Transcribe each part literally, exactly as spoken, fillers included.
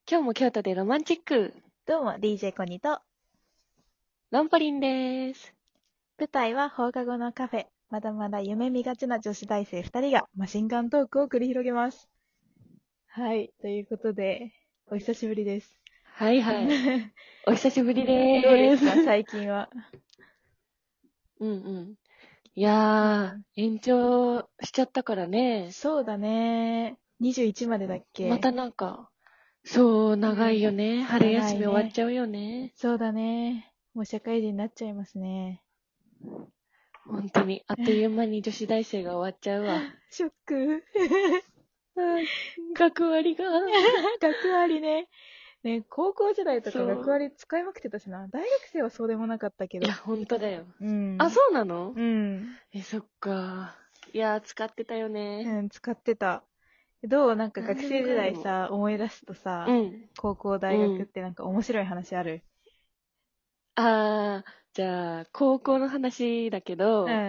今日も京都でロマンチック。 どうも ディージェー コニーと、 ロンポリンです。 舞台は放課後のカフェ。まだまだ夢見がちな女子大生ふたりがマシンガントークを繰り広げます。はい、ということで、お久しぶりです。 はいはい。お久しぶりでーす。 どうですか、最近は。 うんうん。いやー、うん、延長しちゃったからね。 そうだね。にじゅういちまでだっけ。 またなんか、そう、長いよね。うん、春休み終わっちゃうよね。 ね。そうだね。もう社会人になっちゃいますね。 本当に、あっという間に女子大生が終わっちゃうわ。 ショック。 学割が。 学割ね。ね、高校時代とか学割使いまくってたしな。大学生はそうでもなかったけど。 いや、ほんとだよ。 うん。 あ、そうなの？ うん。 え、そっか。いや、使ってたよね。 うん、使ってた。どうなんか学生時代さ、思い出すとさ、 うん、 高校大学ってなんか面白い話ある？ うん、あー、じゃあ、高校の話だけど、 うん。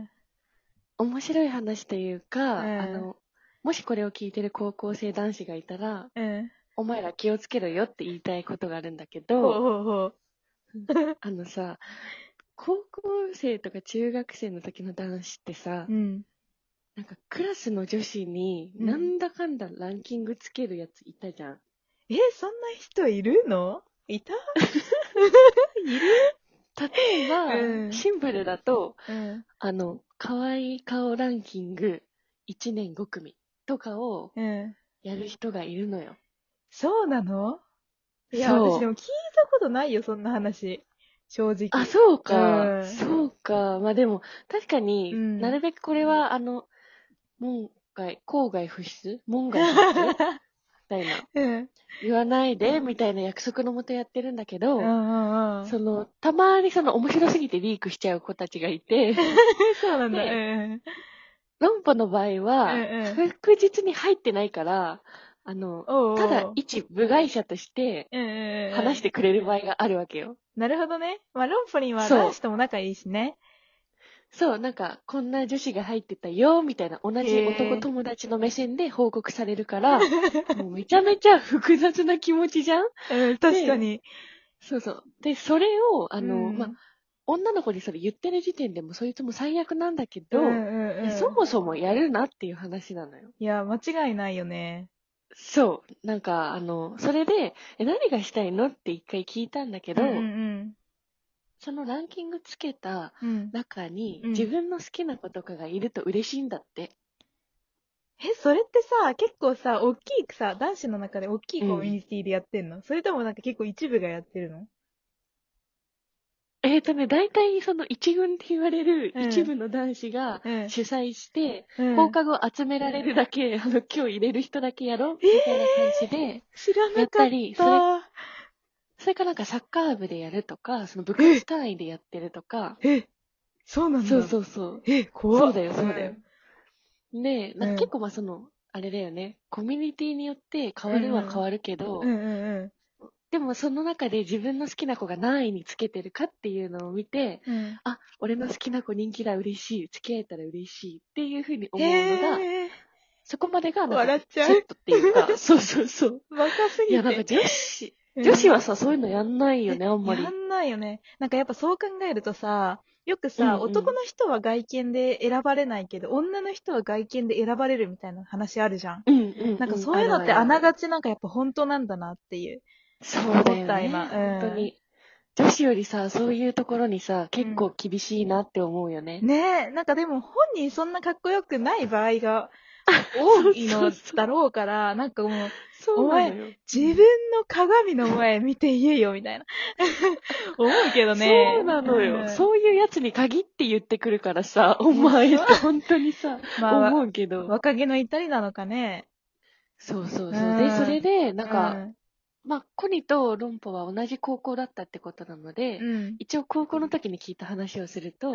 面白い話というか、 うん、 あの、もしこれを聞いてる高校生男子がいたら、 うん。 お前ら気をつけろよって言いたいことがあるんだけど、 ほうほうほう。 あのさ、高校生とか中学生の時の男子ってさ、 うん。 なんかクラスの女子になんだかんだランキングつけるやついたじゃん。 え、そんな人いるの？いた？いる？ 例えば、 うん。 シンプルだと、 うん。 あの、可愛い顔ランキングいちねんご組とかをうん。 やる人がいるのよ。 そうなの？いや、 そう。 私でも聞いたことないよ、そんな話。正直。 あ、そうか。 うん。 そうか。まあでも、確かに、 うん、 なるべくこれは、あの、門外、郊外不出門外不出みたいな。 うん。 言わないで、みたいな約束のもとやってるんだけど、 うんうんうん。 その、たまにその面白すぎてリークしちゃう子たちがいて、 そうなんだ。 で、 うん論破の場合は、 うんうん、 確実に入ってないから、あの、 おうおう、 ただ一部外者としてうんうんうん、 話してくれる場合があるわけよ。 なるほどね。まあ、ロンポリンはそう男子とも仲いいしね。 そう、なんか、こんな女子が入ってたよ、みたいな、同じ男友達の目線で報告されるから、もうめちゃめちゃ複雑な気持ちじゃん？ うん、確かに。 そうそう。で、それを、あの、 うん、 まあ、女の子にそれ言ってる時点でもそいつも最悪なんだけうんど、 うんうん。 そもそもやるなっていう話なのよ。 いや、間違いないよね。 そう。なんか、あの、それで、え、何がしたいのって一回聞いたんだけど、 うんうんそのランキングつけたうん。 中に、 うん、 自分の好きな子とかがいると嬉しいんだって。 え、それってさ、結構さ、大きいさ、男子の中で大きいコミュうん。 ニティでやってんの？それともなんか結構一部がやってるの？ えーとね、大体その一軍って言われるうん一部の男子がうん主催して、 うん。 放課後集められるだけ、あの、今日入れる人だけやろうえーみたいな感じで、 知らやなかっったり、それ、 た。 それかなんかサッカー部でやるとか、その部活単位でやってるとか、 え、そうなんそうだ。 そうそう。 え、怖っ。 そうだよ、そうだよ。で、なんか結うん。 構まあその、あれだよね、コミュニティによって変うんわるは変わるけど、 うんうんでもその中で自分の好きな子が何位につけてるかっていうのを見て、 うん。 あ、俺の好きな子人気だ、嬉しい、付き合えたら嬉しいっていうふうに思うのが、 へー。 そこまでがなん笑っかちゃう。 セットっていうか、そうそうそう。 バカすいや、 ぎて。 なんか女子、 うん女子はさ、そういうのやんないよね、あんまり。 やんないよね。なんかやっぱそう考えるとさ、よくさ、 うんうん、 男の人は外見で選ばれないけど、女の人は外見で選ばれるみたいな話あるじゃん。 うんうんうん、 なんかそういうのってあるあるあながちなんかやっぱ本当なんだなっていう。 そうだよ思ったね、 今。 本当に。女子よりさ、そういうところにさ、結うん。 構厳しいなって思うよね。 ねえ、なんかでも本人そんなかっこよくない場合が多いのだろうから、なんかもう、 そうお前、 なのよ。 自分の鏡の前見て言えよ、みたいな。思うけどね。 そうなのよ、 うん、 そういうやつに限って言ってくるからさ、お前って本当にさ、 まあ、 思うけど。 若気の至りなのかね。 そうそうそう。 うん。 で、それで、なんか、 うん。 まあ、コニとロンポは同じ高校だったってことなので、 うん。 一応高校の時に聞いた話をすると、 うん。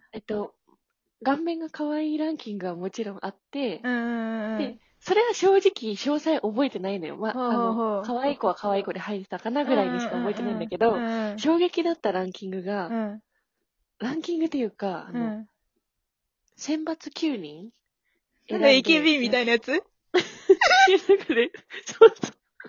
えっと、顔面が可愛いランキングはもちろんあって、 うん。 で、それは正直詳細覚えてないのよ。まあ、 ほうあの、 ほうほう。 可愛い子は可愛い子で入ってたかなぐらいにしか覚えてないんだけど、 うん。 衝撃だったランキングが、 うん。 ランキングというか、あの、 うん。 選抜きゅうにんなんだ エーケービー みたいなやつ？ いや、なんかね、そうそう。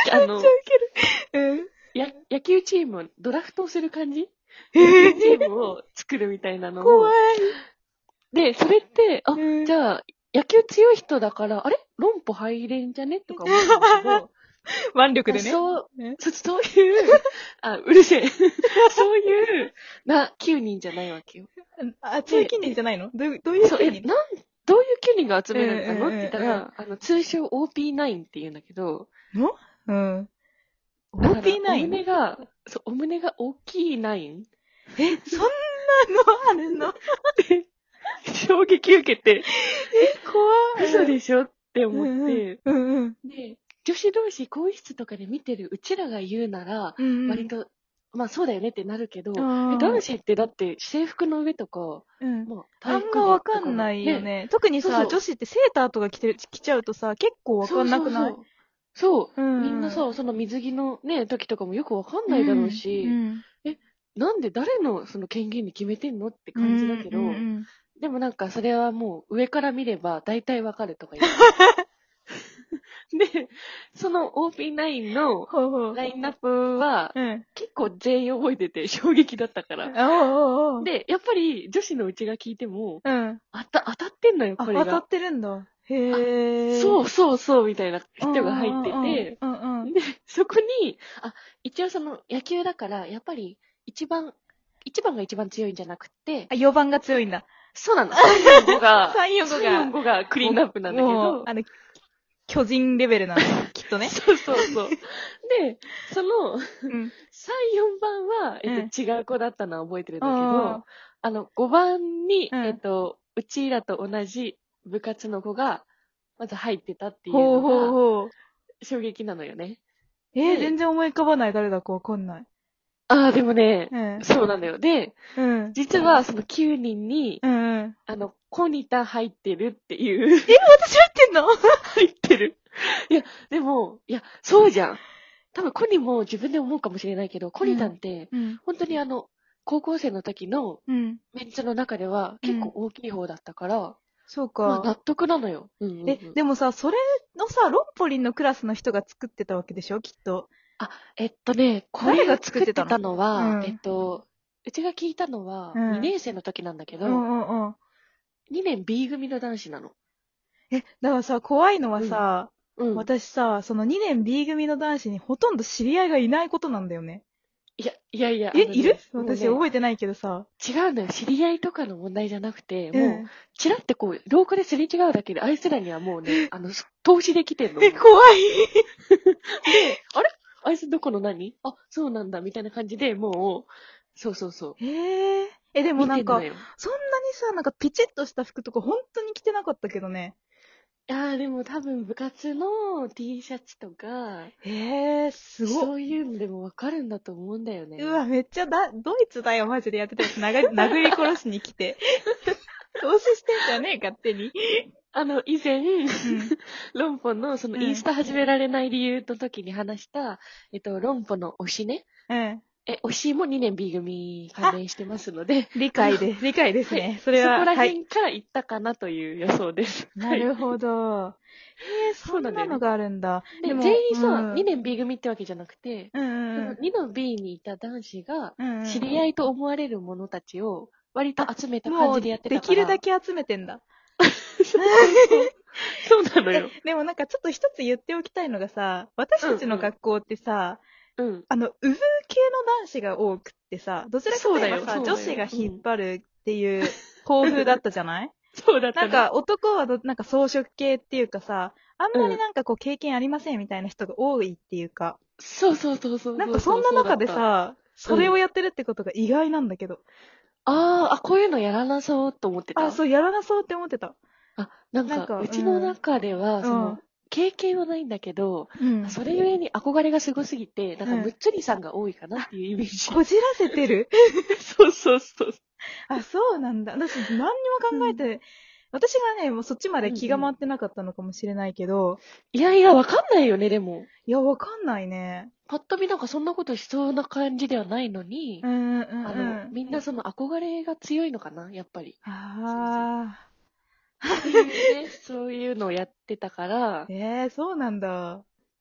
あの、 うん。 や、野球チームをドラフトをする感じえ野球チーー、 ムを作るみたいなの怖を。 い。 で、それって、あ、 うんじゃあ、野球強い人だから、あれ論破入れんじゃねとか思ったんだけど、 腕力でね。 そう、 ねそそういう、あ、うるせえ。そういう、な、きゅうにんじゃないわけよ。 あ、そういうできゅうにんじゃないのどういう、どういうそう、え、 きゅうにんなん、どういうきゅうにんが集められたのうんうんうんって言ったら、あの、通称 オーピーナイン って言うんだけど、 のうん。 だから、おオーピーナイン? 胸が、そう、お胸が大きいナインえ、そんなのあるので、衝撃受けて、 怖い。 嘘でしょってう思っんうんて、 うんうん。 で、女子同士更衣室とかで見てるうちらが言うなら、 うんうん。 割と、まあそうだよねってなるけど、 あえ、男ー子ってだって制服の上とか、 うん。 まああん体育まわか着とかのんないよね。 ね。特にさ、 そうそう女子ってセーターとか着てる、着ちゃうとさ、結構わかそうんなくないそうそう。そう。 うんうん。 みんなさ、その水着のね、時とかもよくわかんうないだろうん。うし、 ん。 え、なんで誰のその権限に決めてんのってうん感じだけど、 うんうん。 でもなんかそれはもう上から見れば大体わかるとか言って。で、その オーピーナイン のほうほう。 ラインナップはうん。 結構全員覚えてて衝撃だったから。 あおうおうおう。 で、やっぱり女子のうちが聞いても、 うん。 あた、当たってんのよ、 あ、 これが。 当たってるんだ。 あ、 へえ。 そうそうそう、みたいなうん人が入ってうんうんて、 うん。うんうん。 で、そこに、あ、一応その野球だから、やっぱり一番、一番が一番強いんじゃなくて、 あ、よばんが強いんだ。 そうなの、さんよんごが、 さんよんごがさんよんごがクリーンナップなんだけもう、 ど、 あの、巨人レベルなんだ。きっとね。 そうそうそう。で、その、 うん。 さん、よんばんは、えっと、 うん。 違う子だったのは覚えてるんだけあど、あの、ごばんに、 あ、うん。 えっと、うちらと同じ部活の子が、まず入ってたっていうほうほうのが、 ほう。 衝撃なのよね。 えー、 で、 全然思い浮かばない。誰だかわかんない。 ああ、でもね、 うん。 そうなのよ。で、 うん。 実はそのきゅうにんに、 うんうん。 あの、コニタ入ってるっていう、 え、私入ってんの入ってる。いや、でも、いや、そうじゃん。多分コニも自分で思うかもしれないけど、コニタンって、 うん。 本当にあの、高校生の時のうん。 メンツの中では結構大きい方だったから、 そうまあ納か。 得なのよ。うんうんうえ、 ん。 でもさ、それのさ、ロンポリンのクラスの人が作ってたわけでしょきっと。 あ、えっとね、こ誰がれを作って作ってたのたのは、 うんえっと、うちが聞いたのはうんにねん生の時なんだけうんど、 うんうん。 にねん B 組の男子なの。 え、だからさ、怖いのはうん。 さ、 うん。 私さ、そのにねん B 組の男子にほとんど知り合いがいないことなんだよね。 いや、いやいや、あえ、いるのね、もう私ね、 覚えてないけどさ。 違うのよ。知り合いとかの問題じゃなくて、もう、 うん。 チラってこう、廊下ですれ違うだけで、あいつらにはもうね、あの、投資できてんの、 え、 もう。 怖い。 で、あれあいつどこの何あ、そうなんだ、みたいな感じで、もう、そうそうそう。 へえ。え、でもなんか、 見てんのよ。 そんなにさ、なんかピチッとした服とか本当に着てなかったけどね。 いやー、でも多分部活の T シャツとか、 へえ、すごっ。 そういうのでもわかるんだと思うんだよね。 うわ、めっちゃだ、ドイツだよ、マジでやってたやつ、なが殴り殺しに来て。投資してんじゃねえ、勝手に。 あの、以前、 うん。 ロンポのそのうんインスタ始められない理由の時に話した、えっと、ロンポの推しね。 うん。 え、推しもにねん B 組関連してますので、 理解で、理解ですはい。 ね。それは、 そこらはい。 辺から行ったかなという予想です。 なるほど。へえ、 そそんなのうなんだよね。 があるんだ。 で、 でも、 全員さ、 うん。 にねん B 組ってわけじゃなくて、 うんうんそのうん。 にの B にいた男子が、 うんうん。 知り合いと思われる者たちを割とあ、 集めた感もう、 じでやってでたから。 きるだけ集めてんだ。 そうそうそう。そうなのえよ。、 でもなんかちょっと一つ言っておきたいのがさ、私たちの学校ってさ、 うん。 あの、ウブ系の男子が多くってさ、どちらかといえばさ、 そうだよそうだよ女子が引っ張るっていう校風だったじゃないそうだったね。 なんか男はどなんか装飾系っていうかさ、あんまりうん。 なんかこう経験ありませんみたいな人が多いっていうか、 そうそうそうそうそうそう。 なんかそんな中でそうだった、 さ、それをやってるってことが意外なんだけど。 あーあ、こういうのやらなそうと思ってあ、 た。 そう、やらなそうって思ってた。 あ、なんか、 なんか、 うちのうん。 中では、その、 うん。 経験はないんだけど、 うん。 それゆえに憧れがすごすぎて、なんか、 うんむっつりさんが多いかなっていうイメージ。 こじらせてるそうそうそう。 あ、そうなんだ。私、何にも考えて、私がね、もうそっちまで気が回ってなかったのかもしれないけど、 いやいや、わかんないよね、でも。 いや、わかんないね。 ぱっと見なんかそんなことしそうな感じではないのに、 うんうんうん。 あの、みんなその憧れが強いのかな、やっぱり。 あっていうね、そういうのをやってたから、 ー。えー、そうなんだ。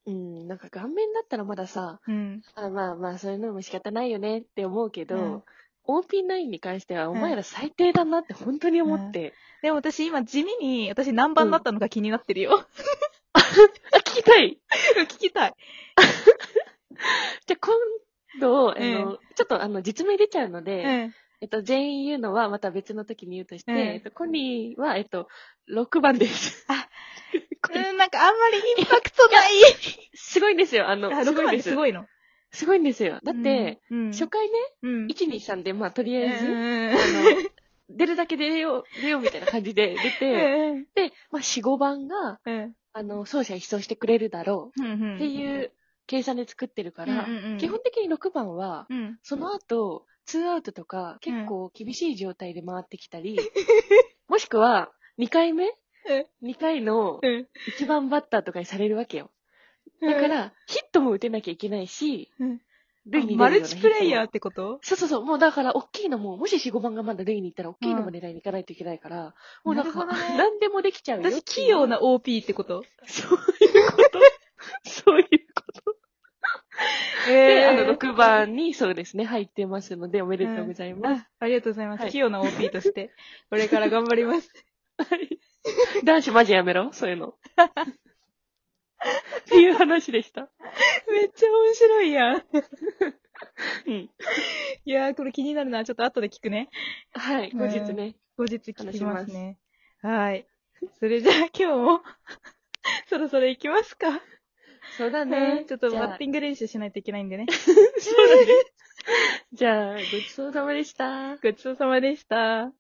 うん、なんか顔面だったらまださ、 うん。 あまあまあそういうのも仕方ないよねって思うけど、 うん、 オーピーナイン に関してはんお前ら最低だなって本当に思って。 でも私今地味に、私何番だったのか気になってるよ。 あ、聞きたい。 聞きたい。 じゃあ今度、あうんの、ちょっとあの、実名出ちゃうので、 うん。 えっと、全員言うのはまた別の時に言うとして、 うんえっと、コニーは、えっと、ろくばんです。 あ、 これうん、なんかあんまりインパクトない。 すごいんですよ。あの、 あ、6番すごいです。 ですごいの。 すごいんですよ。だって、 うん、うん、 初回ね、 うん。 いち、に、さんで、まあ、とりあえず、 うんあの、出るだけ出よう、出ようみたいな感じで出て、 うんで、まあ、よん、ごばんが、 うんあの、走者一掃してくれるだろううんうんっていう計算で作ってるから、 うんうんうん基本的にろくばんは、 うんその後、ツーアウトとか結構厳しい状態で回ってきたり、もしくは、にかいめ ?に 回のうんいちばんバッターとかにされるわけよ。 うんだから、ヒットも打てなきゃいけないし、 うん塁に出マルるようなヒットも。 チプレイヤーってこと？ そうそうそう。もうだから、大きいのも、もしよん、ごばんがまだ塁に行ったら、大きいのもうん狙いに行かないといけないから、もうなんか、 なるほどね何でもできちゃうよっていう。 私、器用な オーピー ってこと？ そういうことそういうことで、あの、ろくばんにそうですね、入ってますので、おめでとうございます。 あ、ありがとうございます。 はい器用な オーピー として、これから頑張ります。 はい男子マジやめろ、そういうの。っていう話でした。 めっちゃ面白いやん。 うん。 いやー、これ気になるな。ちょっと後で聞くね。 はい、後日ね。 後日聞きますね。はい。それじゃあ今日も、そろそろ行きますか。 そうだうねん。ちょっとじゃあバッティング練習しないといけないんでね。 そうだね。じゃあ、ごちそうさまでした。 ごちそうさまでした。